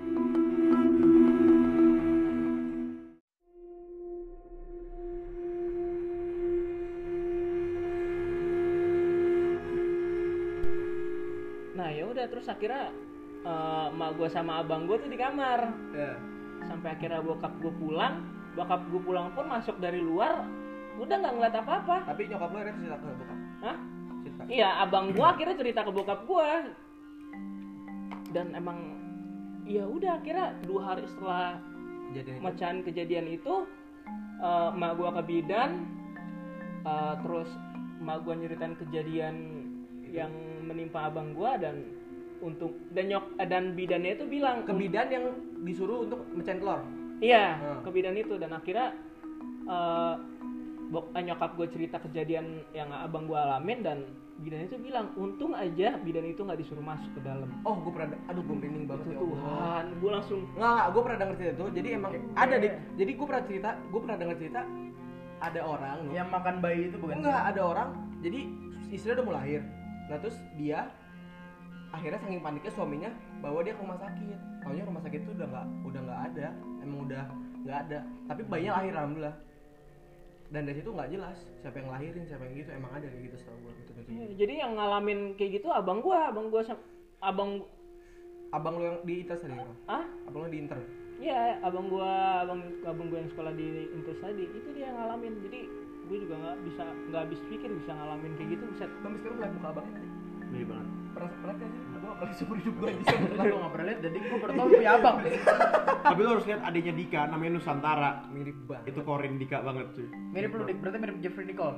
Nah ya udah, terus akhirnya eh, emak gue sama abang gue tuh di kamar.
Ya.
Sampai akhirnya bokap gue pulang. Bokap gue pulang pun masuk dari luar udah nggak ngeliat apa-apa.
Tapi nyokap lu akhirnya cerita ke bokap.
Hah?
Cerita.
Iya, abang gue akhirnya cerita ke bokap gue. Dan emang ya udah, akhirnya dua hari setelah
Kejadian itu.
mecahan kejadian itu, eh, emak gue ke bidan, eh, terus emak gue nyeritain kejadian yang menimpa abang gue, dan untuk dan nyok dan bidannya itu bilang
Ke bidan yang disuruh untuk mecahin telur.
iya,
Hmm.
ke bidan itu. Dan akhirnya eh, bok eh, nyokap gue cerita kejadian yang abang gue alamin, dan bidan itu bilang untung aja bidan itu nggak disuruh masuk ke dalam.
Oh, gue pernah, aduh gue merinding banget
Itu
ya Allah.
Tuhan, gue langsung
Nggak, nggak, gue pernah denger cerita itu. Jadi emang ada deh. Jadi gue pernah cerita, gue pernah denger cerita ada orang. Nuh.
Yang makan bayi itu bukan?
Enggak, ada orang. Jadi istrinya udah mau lahir. Nah terus dia akhirnya saking paniknya suaminya bawa dia ke rumah sakit. Taunya rumah sakit itu udah nggak, udah nggak ada. Emang udah nggak ada. Tapi bayinya lahir alhamdulillah. Dan dari situ nggak jelas siapa yang lahirin, siapa yang gitu. Emang ada kayak gitu setahu gue gitu.
Iya, jadi yang ngalamin kayak gitu abang gua, abang gua sam- abang
Abang lu yang di Inter tadi kan?
ah
Abang lu di Inter.
iya, abang gua, abang abang gua yang sekolah di Intus tadi, itu dia yang ngalamin. Jadi gua juga nggak bisa nggak habis pikir bisa ngalamin kayak gitu, bisa.
Sampai sekarang lihat muka abangnya tadi.
Mirip banget.
Pernah pernah nggak sih? Gue nggak pernah seumur hidup gue bisa.
Gue gak pernah lihat, jadi gue baru tau punya abang.
Tapi lo harus lihat adiknya Dika, namanya Nusantara.
Mirip banget.
Itu Corin Dika banget cuy.
Mirip lu, Dik. Berarti mirip Jeffrey Nicole.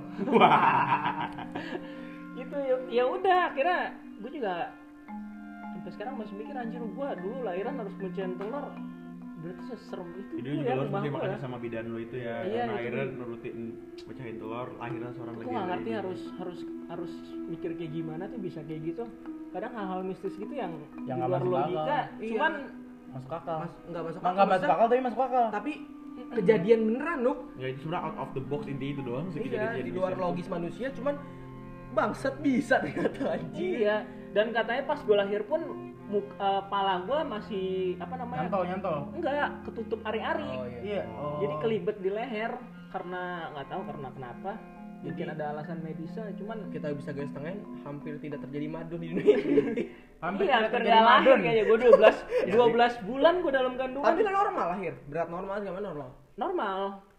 Gitu ya, ya udah akhirnya gue juga sampai sekarang masih mikir anjir gue dulu lahiran harus mecahin telur, berarti seserem itu
Jadi
tuh
juga
ya
lo harus
rumah
berterima
gue
kasih
ya.
sama bidan lo itu ya.
Iya,
Karena
itu
akhirnya
dia.
nurutin pecahin telur, akhirnya seorang
Gue
legenda.
nggak ngerti
ini.
harus harus harus mikir kayak gimana tuh bisa kayak gitu. Kadang hal-hal mistis gitu yang
Yang
di
nggak
luar
masuk
logika,
akal.
Iya.
cuman
Masuk akal.
Mas, enggak masuk
Enggak masuk akal tapi masuk akal.
Tapi kejadian beneran, Nuk.
Ya itu sebenarnya out of the box inti itu doang sih.
Iya,
kejadian
di luar
bisa.
logis manusia, cuman bangsat bisa ternyata anjing.
iya. Dan katanya pas gue lahir pun muk- eh, pala gue masih apa namanya?
Nyantol, nyantol.
Enggak, ketutup ari-ari.
Oh iya.
Iya. Oh.
Jadi kelibet di leher karena nggak tahu karena kenapa. Mungkin
Jadi-
ada alasan medisnya, cuman
Kita bisa garis tangan hampir tidak terjadi madun di dunia ini.
hampir
iya,
tidak
hampir
terjadi
nggak lahir
madun.
kayaknya gue dua belas dua belas bulan gue dalam kandungan.
Tapi kan normal lahir, berat normal gimana normal?
Normal.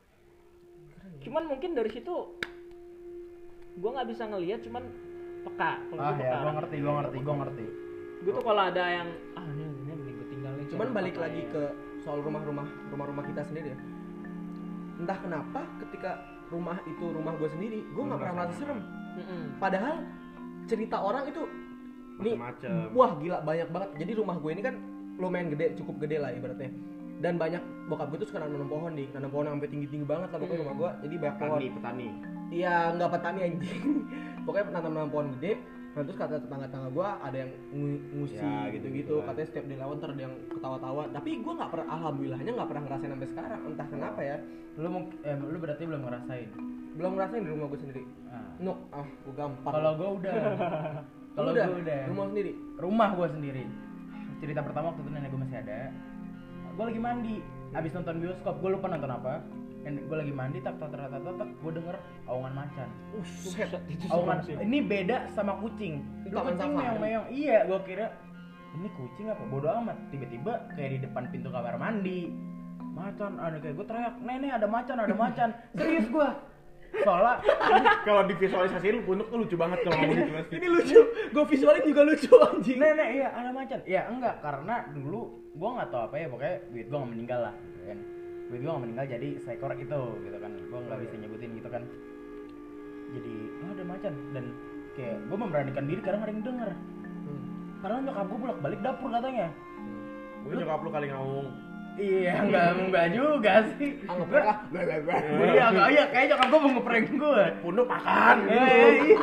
Cuman mungkin dari situ gue nggak bisa ngelihat, cuman peka. Kalau
Ah
gua
ya,
peka.
gua ngerti, gua ngerti, gua ngerti.
Gue tuh kalau ada yang ah ini ini mending gue tinggalin.
Cuman
cari
balik
tempat
lagi
lain.
ke soal rumah-rumah rumah-rumah kita sendiri ya. Entah kenapa ketika rumah itu rumah gue sendiri, gue nggak pernah merasa serem.
Mm-mm.
Padahal cerita orang itu nih,
Macam-macam.
wah gila banyak banget. Jadi rumah gue ini kan lumayan gede, cukup gede lah ibaratnya. Dan banyak bokap gue tuh suka nanam pohon di, nanam pohon yang sampai tinggi-tinggi banget lah pokoknya
Hmm.
rumah gue. Jadi banyak pohon.
Petani, petani.
Iya nggak petani anjing. Pokoknya nanam-nanam pohon gede. Nah terus kata tetangga-tetangga gue ada yang ngu- ngusi
Ya,
gitu-gitu.
gitu-gitu kan.
Katanya setiap dia lewat ntar ada yang ketawa-tawa. Tapi gue nggak pernah, alhamdulillahnya nggak pernah ngerasain sampai sekarang. Entah kenapa ya.
Lu mungkin eh, lu berarti belum ngerasain.
Belum ngerasain di rumah gue sendiri.
Nah.
Nuk, ah gue gampang.
Kalau gua udah. Kalau
Lu udah?
gua udah.
Rumah sendiri.
Rumah gua sendiri. Cerita pertama waktu itu nenek gua masih ada. Gua lagi mandi, abis nonton bioskop, gua lupa nonton apa. Nenek gua lagi mandi, tak tak tak tak tak, tak gua denger aungan macan.
Uset.
Itu
Aungan.
serem sih.
Ini beda sama kucing.
Itu
Lu
taman
kucing
safari.
meong-meong. Iya, gua kira ini kucing apa? Bodoh amat. Tiba-tiba kayak di depan pintu kamar mandi. Macan, ada kayak gua teriak, "Nenek, ada macan, ada macan." Serius gua. Soalnya
Kalau divisualisasiin lu punuk tuh lucu banget kalau ngomong gitu pasti.
Ini lucu. Gue visualin juga lucu anjing.
nenek iya ada macan. Ya enggak, karena dulu gua nggak tahu apa ya, pokoknya duit gua nggak meninggal lah, gitu kan. Duit gua nggak meninggal jadi seekor itu, gitu kan. Gua nggak bisa nyebutin gitu kan. Jadi oh, ada macan dan kayak gua memberanikan diri karena ada yang denger.
Hmm.
Karena nyokap gua bolak-balik dapur katanya.
Gue nyokap lu kali ngomong.
Iya, enggak enggak juga sih.
Anggap
Gua-
lah.
Iya, enggak iya kayak nyokap gua mau ngeprank gua.
Punuk makan gitu.
Eh, iya.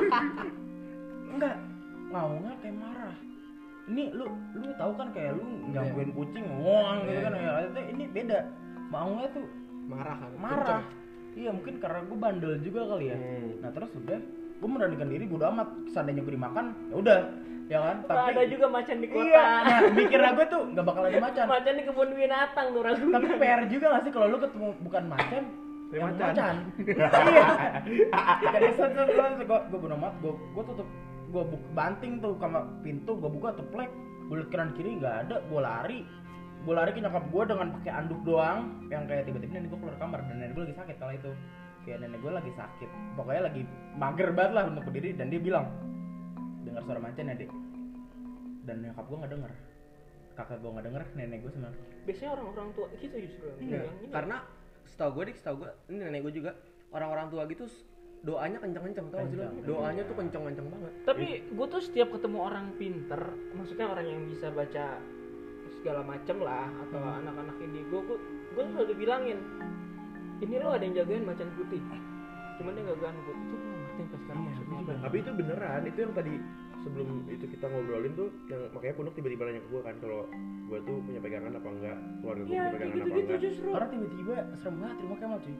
Enggak, ngomongnya kayak marah. Ini lu lu tahu kan kayak lu gangguin kucing, wong gitu kan ya. Ternyata ini beda. Maunya tuh
Marah kan.
marah.
Kenceng.
Iya, mungkin karena gue bandel juga kali ya.
Hmm.
Nah, terus udah gue memberanikan diri bodo amat. Seandainya gue dimakan, ya udah. Ya kan?
Nggak ada juga macan di kota.
Iya, nah, mikirnya gue tuh gak bakal ada macan.
Macan di kebun binatang tuh ragu.
Tapi P R juga gak sih kalau lu ketemu bukan macan,
Ya,
yang
macan.
macan. Iya. Jadi set set set gue gue bodo amat, gue gue tutup, gue buka banting tuh kamar pintu, gue buka teplek, gue liat kanan kiri nggak ada, gue lari, gue lari ke nyokap gue dengan pakai anduk doang, yang kayak tiba-tiba nenek gue keluar kamar dan nenek gue lagi sakit kala itu, kayak nenek gue lagi sakit, pokoknya lagi mager banget lah untuk berdiri dan dia bilang, dengar suara macan ya dek, dan nyokap gue nggak denger, kakak gue nggak denger, nenek gue sama
Biasanya orang-orang tua gitu justru yang
Iya.
bilang ini.
Karena setahu gue dik, setahu gue ini nenek gue juga orang-orang tua gitu doanya kenceng-kenceng tau gak sih lo?
Kenceng.
Doanya tuh kenceng-kenceng banget.
Tapi gue tuh setiap ketemu orang pinter, maksudnya orang yang bisa baca segala macem lah atau
Hmm.
anak-anak ini, gue gue gue selalu bilangin, ini lo ada yang jagain macan putih, cuman dia gak ganggu. Itu gue ngerti sampai sekarang
Iya,
maksudnya
gue
apa.
Tapi itu beneran, itu yang tadi sebelum itu kita ngobrolin tuh yang makanya Punuk tiba-tiba nanya ke gue kan kalau gue tuh punya pegangan apa enggak, keluarga gue
Iya,
punya
kayak
pegangan apa
gitu-gitu
enggak.
justru.
karena tiba-tiba serem banget rumah kemal cuy.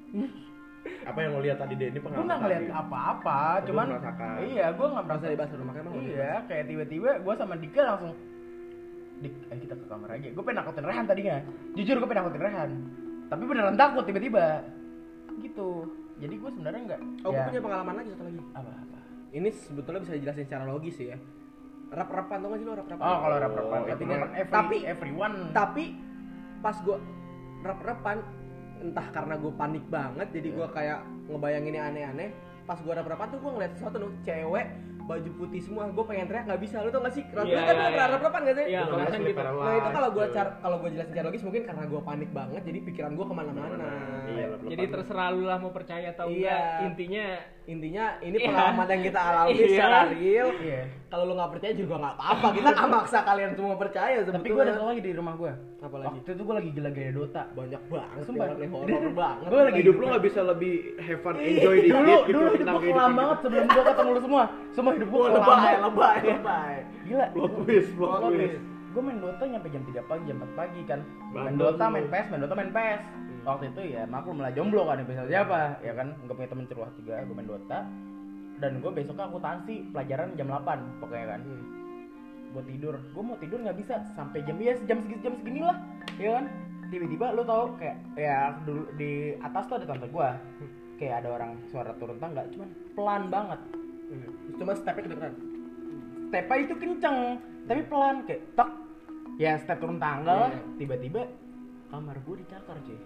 Apa yang lo lihat tadi deh ini
Gue
pengalaman.
nggak ngeliat
tadi.
apa-apa,
Lu
cuman
merasakan.
iya gue nggak
Merasa
merasa
dibahas rumah emang.
iya kayak tiba-tiba gue sama Dika langsung Dik, eh kita ke kamar aja. Gue pengen nakutin Rehan tadinya, jujur gue pengen nakutin Rehan, tapi beneran takut tiba-tiba gitu. Jadi gue sebenarnya nggak.
Oh, gue
ya.
punya pengalaman lagi satu lagi.
Apa-apa.
Ini sebetulnya bisa dijelasin secara logis sih ya. Rap-rapan tau gak sih lo rap-rapan?
Oh kalau rap-rapan,
Oh,
tapi
itu
kan
mah.
every,
Tapi-
everyone.
Tapi pas gue rap-rapan, entah karena gue panik banget jadi gue kayak ngebayangin yang aneh-aneh. Pas gue rap-rapan tuh gue ngeliat sesuatu tuh cewek baju putih semua, gue pengen teriak nggak bisa. Lu tau gak sih? Ratu
Iya,
kan
iya,
lu
iya.
harapan nggak sih?
Iya,
Itu
perasaan
namanya
gitu.
paralyze.
Nah itu kalau gue
Tuh.
cara kalau gue jelasin secara logis mungkin karena gue panik banget, jadi pikiran gue kemana-mana.
Iya, belum
Jadi terserah lu lah mau percaya atau
Iya.
enggak. Intinya
Intinya ini
Iya.
pengalaman yang kita alami
Iya.
secara real.
Iya.
Kalau lu nggak percaya juga nggak apa-apa. Kita nggak maksa kalian semua percaya.
Tapi gue ada satu lagi di rumah gue.
Apa lagi?
Waktu itu gue lagi gila-gila Dota.
Banyak banget.
Sumpah.
Sumpah. Horor banget.
Gue lagi
hidup lu nggak bisa lebih have fun, enjoy dikit
dulu
gitu
dulu hidup
tentang
gue
kehidupan
kelam
kita.
banget sebelum gue ketemu lu semua. Semua hidup gue
Wah,
kelam
lebay,
banget.
lebay, lebay.
Gila.
Plot twist, plot
Plot
twist.
twist.
Gue main Dota nyampe jam tiga pagi, jam empat pagi kan. Main
Bandel
Dota,
lu.
main P E S, main Dota, main P E S. Waktu itu ya maklum lah jomblo kan, bisa siapa ya kan, nggak punya temen ceruah juga. Gue main Dota dan gue besoknya akuntansi pelajaran jam delapan pokoknya kan.
Hmm.
Gue tidur, gue mau tidur nggak bisa sampai jam ya jam segini jam segini lah, ya kan. Tiba-tiba lo tau kayak ya dulu di atas tuh ada tante gue, kayak ada orang suara turun tangga, cuman pelan banget.
Cuma stepnya kedengeran.
Stepnya itu kenceng, tapi pelan kayak tak. Ya step turun tangga lah.
Iya.
Tiba-tiba kamar gue dicakar cuy.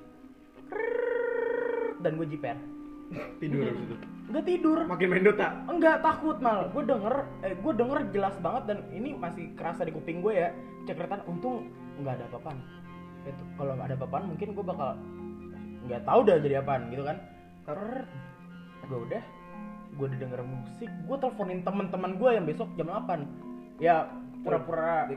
Krrrr, dan gue jiper.
Tidur habis itu.
Nggak tidur.
Makin main Dota.
Enggak, takut mal. Gue denger, eh gue denger jelas banget dan ini masih kerasa di kuping gue ya. Cekretan, untung nggak ada apa-apaan. Itu kalau nggak ada apa-apaan mungkin gue bakal nggak tahu dah jadi apaan gitu kan. Karena gue udah, gue udah denger musik, gue teleponin teman-teman gue yang besok jam delapan. Ya pura-pura,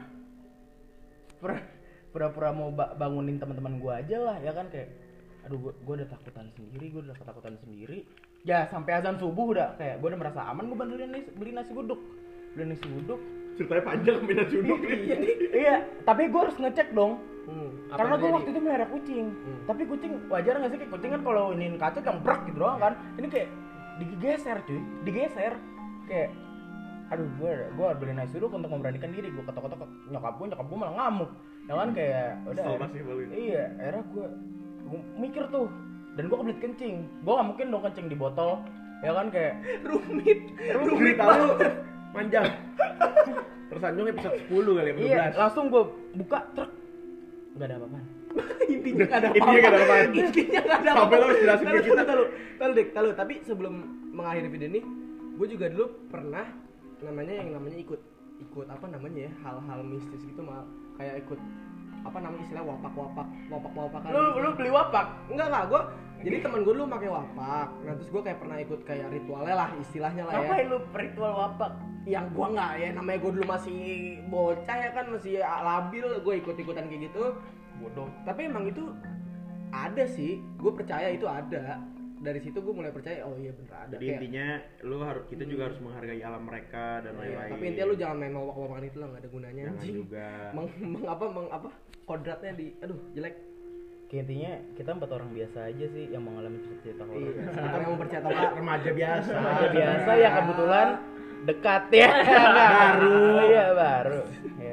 pura- pura-pura mau ba- bangunin teman-teman gue aja lah ya kan kayak. Aduh, gue, gue udah takutan sendiri, gue udah ketakutan sendiri. Ya sampai azan subuh udah kayak gue udah merasa aman, gue beli nasi, beli nasi uduk, beli nasi uduk.
Ceritanya panjang main nasi uduk
Iya, iya, tapi gue harus ngecek dong.
Hmm. Apa
Karena
yang
gue
jadi?
waktu itu melihara kucing.
Hmm.
Tapi kucing wajar nggak sih kayak kucing kan kalau iniin kaca yang brak gitu doang kan. Ini kayak digeser cuy, digeser. Kayak aduh gue gue beli nasi uduk untuk memberanikan diri. Gue ketok-ketok nyokap gue, nyokap gue malah ngamuk. Ya kan kayak udah.
Kesel pasti balik.
Iya, akhirnya gue gue mikir tuh dan gue kebelet kencing. Gue gak mungkin dong kencing di botol. Ya kan kayak
Rumit.
Rumit tahu. Panjang. Tersanjung episode sepuluh kali ya,
iya,
dua belas.
langsung gue buka truk. Gak ada apa-apaan.
Intinya nggak ada
Intinya nggak ada apa-apaan.
Intinya nggak ada
Sampai lo harus jelasin ke kita.
Tahu, tahu dek, tahu. Tapi sebelum mengakhiri video ini, gue juga dulu pernah namanya yang namanya ikut ikut apa namanya ya hal-hal mistis gitu mal kayak ikut apa namanya istilah wapak-wapak wapak-wapakan.
Lu lu beli wapak?
Enggak enggak, gue jadi teman gue dulu pakai wapak. Nah terus gue kayak pernah ikut kayak ritualnya lah istilahnya lah ya.
Ngapain lu ritual wapak?
Yang gue nggak ya namanya gue dulu masih bocah ya kan masih labil, gue ikut-ikutan kayak gitu.
Bodoh.
Tapi emang itu ada sih, gue percaya itu ada. Dari situ gue mulai percaya oh iya bener ada.
Jadi
Kayak-
intinya lu harus kita juga harus menghargai alam mereka dan
Iya,
lain-lain.
tapi intinya lu jangan main wawak-wawakan itu lah, nggak ada gunanya.
Jangan
Anjing.
juga.
Meng, meng apa meng apa kodratnya di aduh jelek.
Kayak intinya kita empat orang biasa aja sih yang mengalami cerita horor.
Iya, sebenarnya yang mau percaya atau enggak.
Remaja biasa.
Remaja biasa ya kebetulan dekat ya. Baru. Iya baru. Ya